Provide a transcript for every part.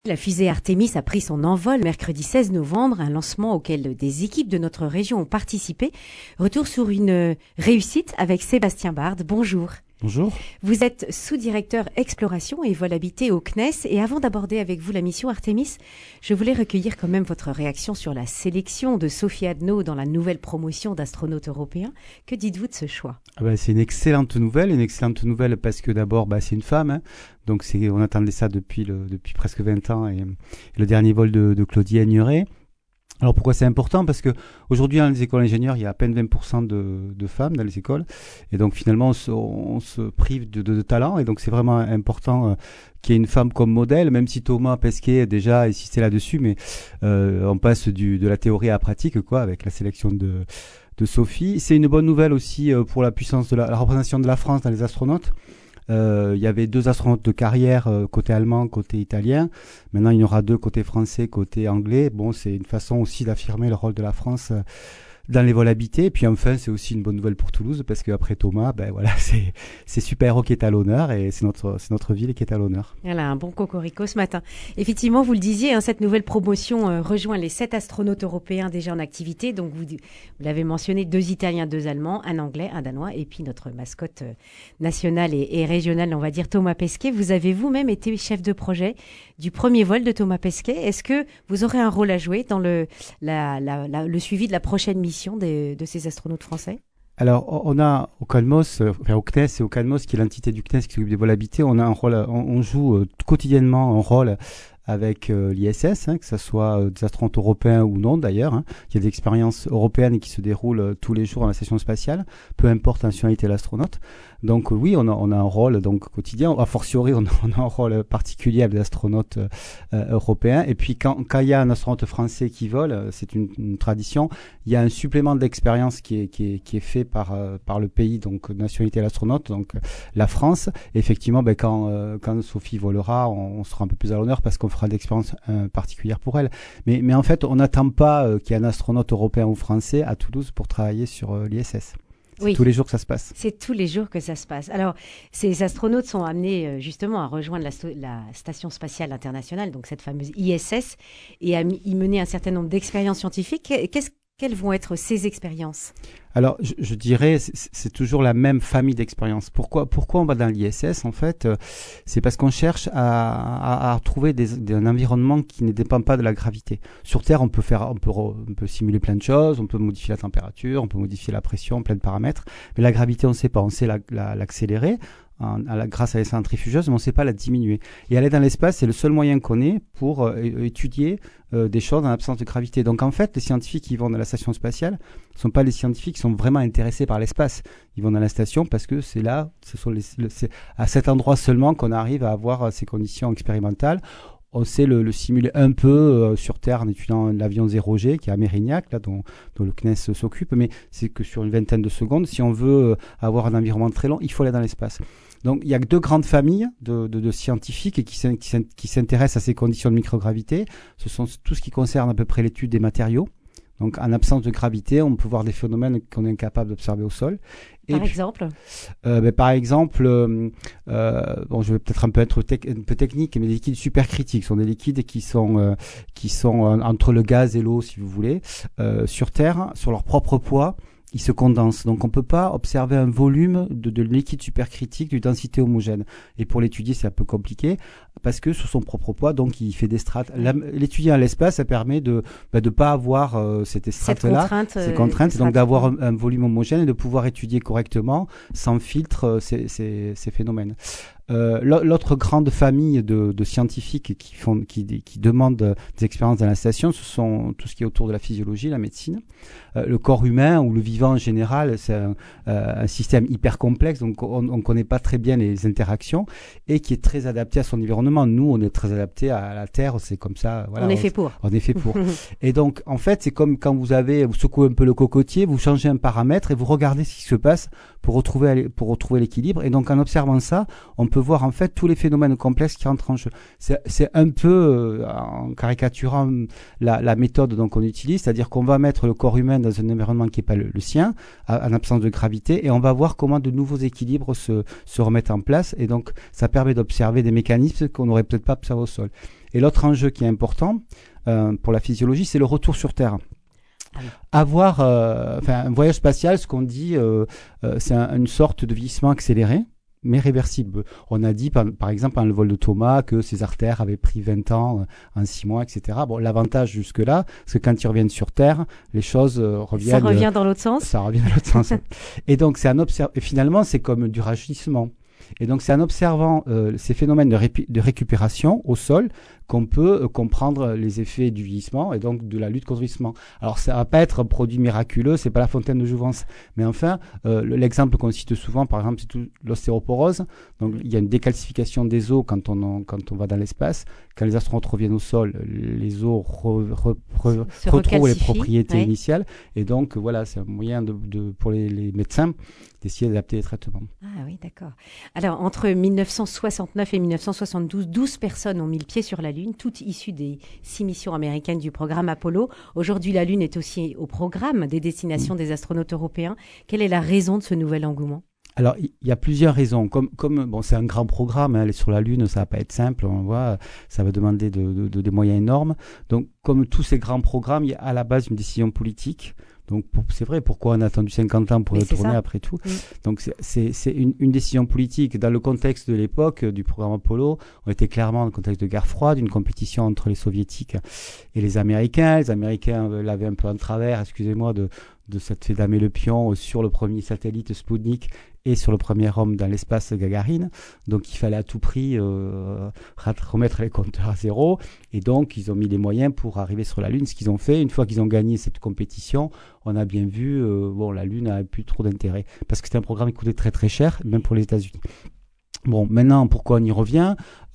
La fusée Artemis a pris son envol mercredi 16 novembre, un lancement auquel des équipes de notre région ont participé. Retour sur une réussite avec Sébastien Bard. Bonjour. Bonjour. Vous êtes sous-directeur exploration et vol habité au CNES. Et avant d'aborder avec vous la mission Artemis, je voulais recueillir quand même votre réaction sur la sélection de Sophie Adno dans la nouvelle promotion d'astronautes européens. Que dites-vous de ce choix ? C'est une excellente nouvelle parce que d'abord c'est une femme, hein. Donc on attendait ça depuis presque 20 ans et le dernier vol de Claudie Aigneret. Alors pourquoi c'est important ? Parce que aujourd'hui dans les écoles d'ingénieurs, il y a à peine 20% de femmes dans les écoles et donc finalement on se prive de talent et donc c'est vraiment important qu'il y ait une femme comme modèle, même si Thomas Pesquet a déjà insisté là-dessus, mais on passe de la théorie à la pratique avec la sélection de Sophie. C'est une bonne nouvelle aussi pour la puissance de la représentation de la France dans les astronautes. Il y avait 2 astronautes de carrière, côté allemand, côté italien. Maintenant, il y en aura 2 côté français, côté anglais. Bon, c'est une façon aussi d'affirmer le rôle de la France dans les vols habités. Et puis enfin, c'est aussi une bonne nouvelle pour Toulouse parce qu'après Thomas, c'est Super Héros qui est à l'honneur et c'est notre ville qui est à l'honneur. Voilà, un bon cocorico ce matin. Effectivement, vous le disiez, cette nouvelle promotion rejoint les 7 astronautes européens déjà en activité. Donc, vous l'avez mentionné, 2 Italiens, 2 Allemands, un Anglais, un Danois et puis notre mascotte nationale et régionale, on va dire Thomas Pesquet. Vous avez vous-même été chef de projet du premier vol de Thomas Pesquet. Est-ce que vous aurez un rôle à jouer dans le suivi de la prochaine mission de ces astronautes français ? Alors, on a au CNES, et au CNES, qui est l'entité du CNES qui s'occupe des vols habités, on a un rôle, on joue quotidiennement un rôle avec l'ISS, que ce soit des astronautes européens ou non d'ailleurs. Il y a des expériences européennes qui se déroulent tous les jours dans la station spatiale, peu importe la nationalité de l'astronaute. Donc oui, on a un rôle donc quotidien. A fortiori, on a un rôle particulier avec les astronautes européens. Et puis quand il y a un astronaute français qui vole, c'est une tradition. Il y a un supplément d'expérience qui est fait par le pays, donc nationalité de l'astronaute, donc la France. Et effectivement, quand Sophie volera, on sera un peu plus à l'honneur parce qu'on fera d'expérience particulière pour elle. Mais en fait, on n'attend pas qu'il y ait un astronaute européen ou français à Toulouse pour travailler sur l'ISS. C'est tous les jours que ça se passe. C'est tous les jours que ça se passe. Alors, ces astronautes sont amenés justement à rejoindre la Station spatiale internationale, donc cette fameuse ISS, et à y mener un certain nombre d'expériences scientifiques. Quelles vont être ces expériences ? Alors, je dirais, c'est toujours la même famille d'expériences. Pourquoi on va dans l'ISS ? En fait, c'est parce qu'on cherche à trouver un environnement qui ne dépend pas de la gravité. Sur Terre, on peut simuler plein de choses, on peut modifier la température, on peut modifier la pression, plein de paramètres. Mais la gravité, on ne sait pas. On sait l'accélérer grâce à les centrifugeuses, mais on ne sait pas la diminuer. Et aller dans l'espace, c'est le seul moyen qu'on ait pour étudier des choses en absence de gravité. Donc en fait, les scientifiques qui vont dans la station spatiale ne sont pas les scientifiques qui sont vraiment intéressés par l'espace. Ils vont dans la station parce que c'est là, c'est à cet endroit seulement qu'on arrive à avoir ces conditions expérimentales. On sait le simuler un peu sur Terre en étudiant l'avion 0G qui est à Mérignac, là, dont le CNES s'occupe, mais c'est que sur une vingtaine de secondes. Si on veut avoir un environnement très long, il faut aller dans l'espace. Donc il y a 2 grandes familles de scientifiques qui s'intéressent à ces conditions de microgravité. Ce sont tout ce qui concerne à peu près l'étude des matériaux. Donc, en absence de gravité, on peut voir des phénomènes qu'on est incapable d'observer au sol. Par exemple, je vais peut-être un peu technique, mais les liquides supercritiques sont des liquides qui sont entre le gaz et l'eau, si vous voulez. Sur Terre, sur leur propre poids, ils se condensent. Donc, on peut pas observer un volume de liquide supercritique de densité homogène. Et pour l'étudier, c'est un peu compliqué parce que sur son propre poids, donc, il fait des strates. L'étudier à l'espace, ça permet de pas avoir cette strates-là, ces contraintes, donc d'avoir un volume homogène et de pouvoir étudier correctement, sans filtre, ces phénomènes. L'autre grande famille de scientifiques qui demandent des expériences dans la station, ce sont tout ce qui est autour de la physiologie, la médecine. Le corps humain ou le vivant en général, c'est un système hyper complexe, donc on connaît pas très bien les interactions et qui est très adapté à son environnement. Nous, on est très adapté à la Terre, c'est comme ça. Voilà, on est fait pour. On est fait pour. Et donc, en fait, c'est comme quand vous secouez un peu le cocotier, vous changez un paramètre et vous regardez ce qui se passe pour retrouver l'équilibre. Et donc, en observant ça, on peut voir en fait tous les phénomènes complexes qui rentrent en jeu. C'est un peu, en caricaturant la méthode donc qu'on utilise, c'est-à-dire qu'on va mettre le corps humain dans un environnement qui n'est pas le sien, en absence de gravité, et on va voir comment de nouveaux équilibres se remettent en place, et donc ça permet d'observer des mécanismes qu'on n'aurait peut-être pas observés au sol. Et l'autre enjeu qui est important pour la physiologie, c'est le retour sur Terre. Avoir un voyage spatial, ce qu'on dit, c'est une sorte de vieillissement accéléré, mais réversible. On a dit, par exemple, dans le vol de Thomas, que ses artères avaient pris 20 ans en 6 mois, etc. Bon, l'avantage jusque-là, c'est que quand ils reviennent sur Terre, les choses reviennent... Ça revient dans l'autre sens. Ça revient dans l'autre sens. Et donc, finalement, c'est comme du rajeunissement. Et donc, c'est en observant ces phénomènes de récupération au sol qu'on peut comprendre les effets du vieillissement et donc de la lutte contre le vieillissement. Alors, ça va pas être un produit miraculeux, c'est pas la fontaine de jouvence. Mais enfin, l'exemple qu'on cite souvent, par exemple, c'est l'ostéoporose. Donc, il y a une décalcification des os quand on va dans l'espace. Quand les astronautes reviennent au sol, les os retrouvent les propriétés initiales. Et donc, voilà, c'est un moyen pour les médecins d'essayer d'adapter les traitements. Ah oui, d'accord. Alors, entre 1969 et 1972, 12 personnes ont mis le pied sur la Lune, toutes issues des 6 missions américaines du programme Apollo. Aujourd'hui, la Lune est aussi au programme des destinations des astronautes européens. Quelle est la raison de ce nouvel engouement ? Alors, il y a plusieurs raisons. Bon, c'est un grand programme, aller sur la Lune, ça va pas être simple, on voit, ça va demander des moyens énormes. Donc, comme tous ces grands programmes, il y a à la base une décision politique. Donc, c'est vrai, pourquoi on a attendu 50 ans pour retourner après tout? Donc, c'est une décision politique. Dans le contexte de l'époque du programme Apollo, on était clairement dans le contexte de guerre froide, une compétition entre les Soviétiques et les Américains. Les Américains l'avaient un peu en travers, excusez-moi, de cette fait damer le pion sur le premier satellite Sputnik et sur le premier homme dans l'espace Gagarine. Donc, il fallait à tout prix remettre les compteurs à zéro. Et donc, ils ont mis les moyens pour arriver sur la Lune. Ce qu'ils ont fait, une fois qu'ils ont gagné cette compétition, on a bien vu, la Lune n'a plus trop d'intérêt. Parce que c'était un programme qui coûtait très très cher, même pour les États-Unis. Bon, maintenant, pourquoi on y revient?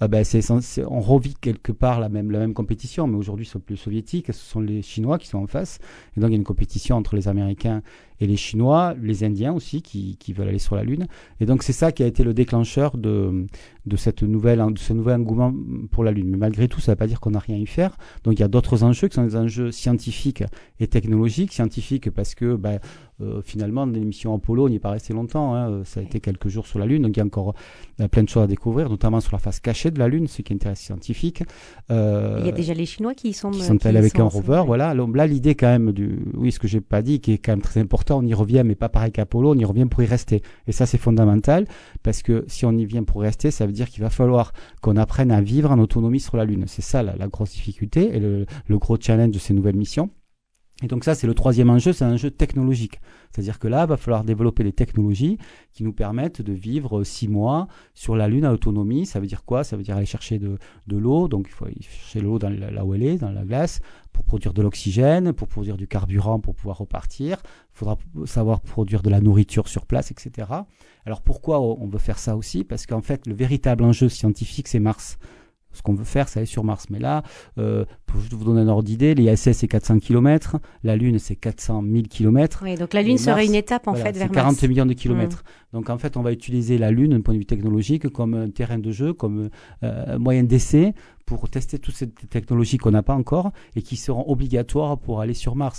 On revit quelque part la même compétition, mais aujourd'hui, ce sont plus les Soviétiques, ce sont les Chinois qui sont en face. Et donc, il y a une compétition entre les Américains et les Chinois, les Indiens aussi, qui veulent aller sur la Lune. Et donc, c'est ça qui a été le déclencheur de ce nouvel engouement pour la Lune. Mais malgré tout, ça ne veut pas dire qu'on n'a rien à y faire. Donc, il y a d'autres enjeux qui sont des enjeux scientifiques et technologiques. Scientifiques parce que, finalement, dans l'émission Apollo, on n'y est pas resté longtemps. Ça a été quelques jours sur la Lune. Donc, il y a encore plein de choses à découvrir, notamment sur la face cachée de la Lune, ce qui intéresse les scientifiques. Il y a déjà les Chinois qui sont allés avec un rover. Voilà. Là, l'idée quand même ce que j'ai pas dit, qui est quand même très important, on y revient, mais pas pareil qu'Apollo, on y revient pour y rester. Et ça, c'est fondamental, parce que si on y vient pour rester, ça veut dire qu'il va falloir qu'on apprenne à vivre en autonomie sur la Lune. C'est ça la grosse difficulté et le gros challenge de ces nouvelles missions. Et donc ça, c'est le troisième enjeu, c'est un enjeu technologique. C'est-à-dire que là, il va falloir développer des technologies qui nous permettent de vivre 6 mois sur la Lune à autonomie. Ça veut dire quoi? Ça veut dire aller chercher de l'eau. Donc, il faut aller chercher l'eau là où elle est, dans la glace, pour produire de l'oxygène, pour produire du carburant, pour pouvoir repartir. Il faudra savoir produire de la nourriture sur place, etc. Alors, pourquoi on veut faire ça aussi? Parce qu'en fait, le véritable enjeu scientifique, c'est Mars. Ce qu'on veut faire, c'est aller sur Mars. Mais là, pour vous donner un ordre d'idée, l'ISS, c'est 400 km, la Lune, c'est 400 000 km. Oui, donc la Lune serait une étape, vers Mars. C'est 40 millions de kilomètres. Donc, en fait, on va utiliser la Lune, d'un point de vue technologique, comme un terrain de jeu, comme un moyen d'essai pour tester toutes ces technologies qu'on n'a pas encore et qui seront obligatoires pour aller sur Mars.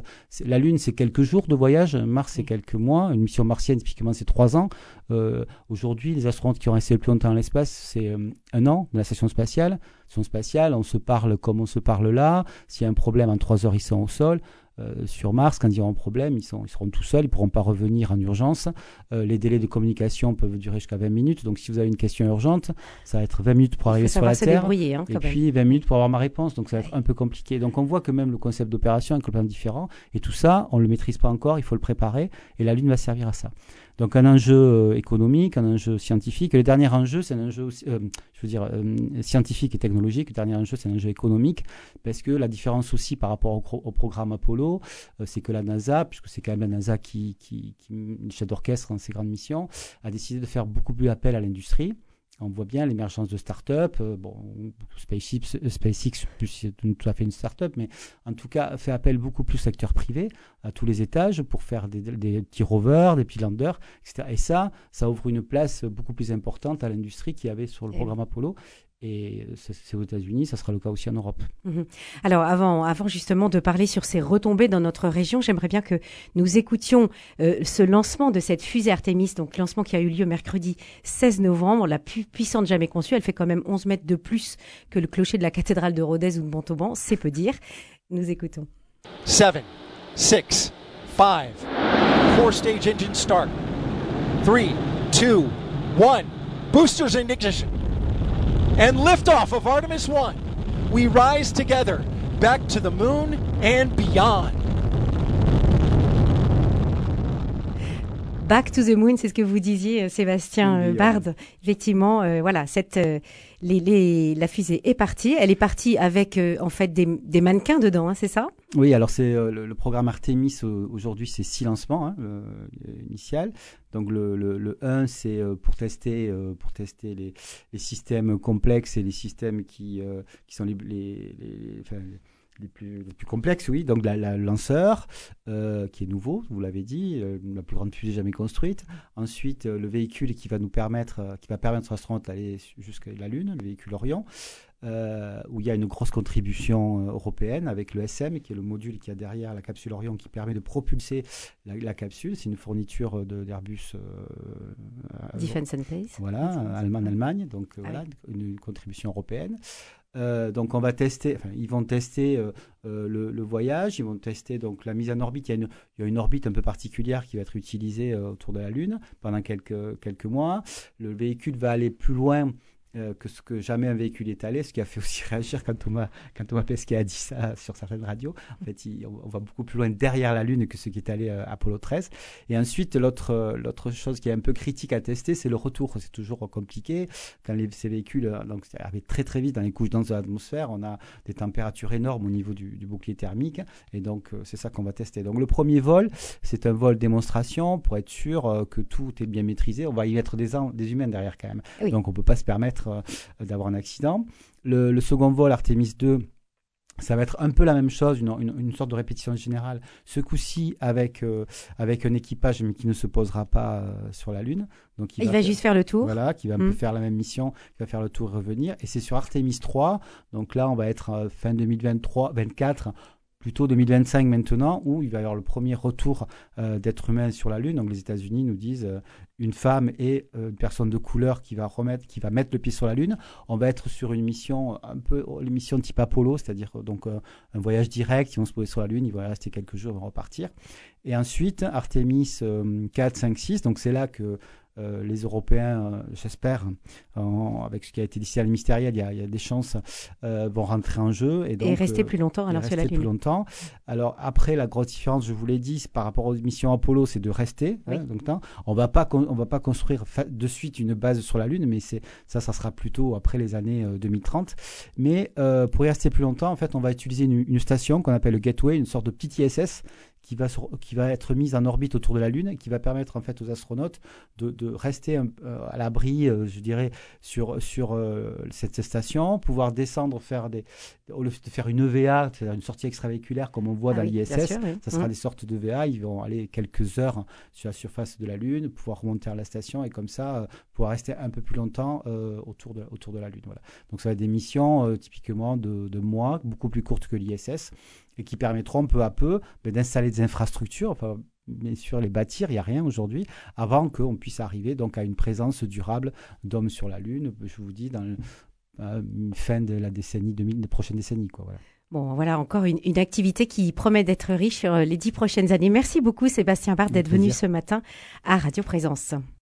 La Lune, c'est quelques jours de voyage. Mars, c'est quelques mois. Une mission martienne, typiquement, c'est 3 ans. Aujourd'hui, les astronautes qui ont resté le plus longtemps dans l'espace, c'est 1 an de la station spatiale. Station spatiale, on se parle comme on se parle là. S'il y a un problème, en 3 heures, ils sont au sol. Sur Mars, quand il y aura un problème, ils seront tout seuls, ils ne pourront pas revenir en urgence. Les délais de communication peuvent durer jusqu'à 20 minutes. Donc, si vous avez une question urgente, ça va être 20 minutes pour arriver sur la Terre. Et puis 20 minutes pour avoir ma réponse. Donc, ça va être un peu compliqué. Donc, on voit que même le concept d'opération est complètement différent. Et tout ça, on ne le maîtrise pas encore. Il faut le préparer. Et la Lune va servir à ça. Donc, un enjeu économique, un enjeu scientifique. Et le dernier enjeu, c'est un enjeu scientifique et technologique. Le dernier enjeu, c'est un enjeu économique. Parce que la différence aussi par rapport au programme Apollo, c'est que la NASA, puisque c'est quand même la NASA qui chef d'orchestre dans ces grandes missions, a décidé de faire beaucoup plus appel à l'industrie. On voit bien l'émergence de start-up. SpaceX, plus c'est tout à fait une start-up, mais en tout cas, fait appel beaucoup plus au secteur privé, à tous les étages, pour faire des petits rovers, des petits landers, etc. Et ça ouvre une place beaucoup plus importante à l'industrie qu'il y avait sur le programme Apollo. Et c'est aux États-Unis, ça sera le cas aussi en Europe. Alors, avant justement de parler sur ces retombées dans notre région, j'aimerais bien que nous écoutions ce lancement de cette fusée Artemis, donc lancement qui a eu lieu mercredi 16 novembre, la plus puissante jamais conçue. Elle fait quand même 11 mètres de plus que le clocher de la cathédrale de Rodez ou de Montauban, c'est peu dire. Nous écoutons. 7, 6, 5, 4 stage engine start. 3, 2, 1, boosters in ignition. And liftoff of Artemis 1. We rise together back to the moon and beyond. Back to the moon, c'est ce que vous disiez, Sébastien Bard. Effectivement, voilà, la fusée est partie. Elle est partie avec en fait des mannequins dedans, hein, c'est ça? Oui, alors c'est le programme Artemis aujourd'hui, c'est 6 lancements initial. Donc le 1, c'est pour tester les systèmes complexes et les systèmes qui sont les plus complexes, oui. Donc le lanceur, qui est nouveau, vous l'avez dit, la plus grande fusée jamais construite. Ensuite, le véhicule qui va permettre aux astronautes d'aller jusqu'à la Lune, le véhicule Orion, où il y a une grosse contribution européenne avec le SM, qui est le module qu'il y a derrière la capsule Orion, qui permet de propulser la capsule. C'est une fourniture d'Airbus Defense and Space. Voilà, en Allemagne, donc voilà, une contribution européenne. Donc ils vont tester le voyage, ils vont tester donc la mise en orbite. Il y a une orbite un peu particulière qui va être utilisée autour de la Lune pendant quelques mois. Le véhicule va aller plus loin que ce que jamais un véhicule est allé, ce qui a fait aussi réagir quand Thomas Pesquet a dit ça sur certaines radios. En fait, on va beaucoup plus loin derrière la Lune que ce qui est allé Apollo 13. Et ensuite, l'autre chose qui est un peu critique à tester, c'est le retour. C'est toujours compliqué. Quand ces véhicules arrivent très très vite dans les couches denses de l'atmosphère, on a des températures énormes au niveau du bouclier thermique. Et donc, c'est ça qu'on va tester. Donc, le premier vol, c'est un vol démonstration pour être sûr que tout est bien maîtrisé. On va y mettre des humains derrière quand même. Oui. Donc, on ne peut pas se permettre d'avoir un accident. Le second vol, Artemis 2, ça va être un peu la même chose, une sorte de répétition générale, ce coup-ci avec un équipage mais qui ne se posera pas sur la Lune. Donc il va juste faire le tour. Voilà, qui va un peu faire la même mission, qui va faire le tour et revenir. Et c'est sur Artemis 3, donc là on va être fin 2023-24, plutôt 2025 maintenant, où il va y avoir le premier retour d'êtres humains sur la Lune. Donc les États-Unis nous disent une femme et une personne de couleur qui va mettre le pied sur la Lune. On va être sur une mission un peu l'émission type Apollo, c'est-à-dire donc un voyage direct. Ils vont se poser sur la Lune, ils vont rester quelques jours, ils vont repartir. Et ensuite Artemis 4, 5, 6. Donc c'est là que les Européens, j'espère, avec ce qui a été décidé à l'hémisphériel, il y a des chances, vont rentrer en jeu. Et rester plus longtemps alors sur la Lune. Plus longtemps. Alors après, la grosse différence, je vous l'ai dit, par rapport aux missions Apollo, c'est de rester. Oui. Donc, on va pas construire de suite une base sur la Lune, mais ça sera plutôt après les années 2030. Mais pour y rester plus longtemps, en fait, on va utiliser une station qu'on appelle le Gateway, une sorte de petit ISS, qui va être mise en orbite autour de la Lune, qui va permettre en fait aux astronautes de rester à l'abri, je dirais, sur cette station, pouvoir descendre, au lieu de faire une EVA, c'est-à-dire une sortie extravéhiculaire comme on voit dans l'ISS, sûr, oui. Ça sera des sortes d'EVA, ils vont aller quelques heures sur la surface de la Lune, pouvoir remonter à la station et comme ça pouvoir rester un peu plus longtemps autour de la Lune. Voilà. Donc ça va être des missions typiquement de mois, beaucoup plus courtes que l'ISS, et qui permettront peu à peu d'installer des infrastructures, enfin, bien sûr les bâtir, il n'y a rien aujourd'hui, avant qu'on puisse arriver donc à une présence durable d'hommes sur la Lune, je vous dis, dans fin de la prochaine décennie. Quoi, voilà. Bon, voilà encore une activité qui promet d'être riche sur les 10 prochaines années. Merci beaucoup Sébastien Bard d'être venu ce matin à Radio Présence.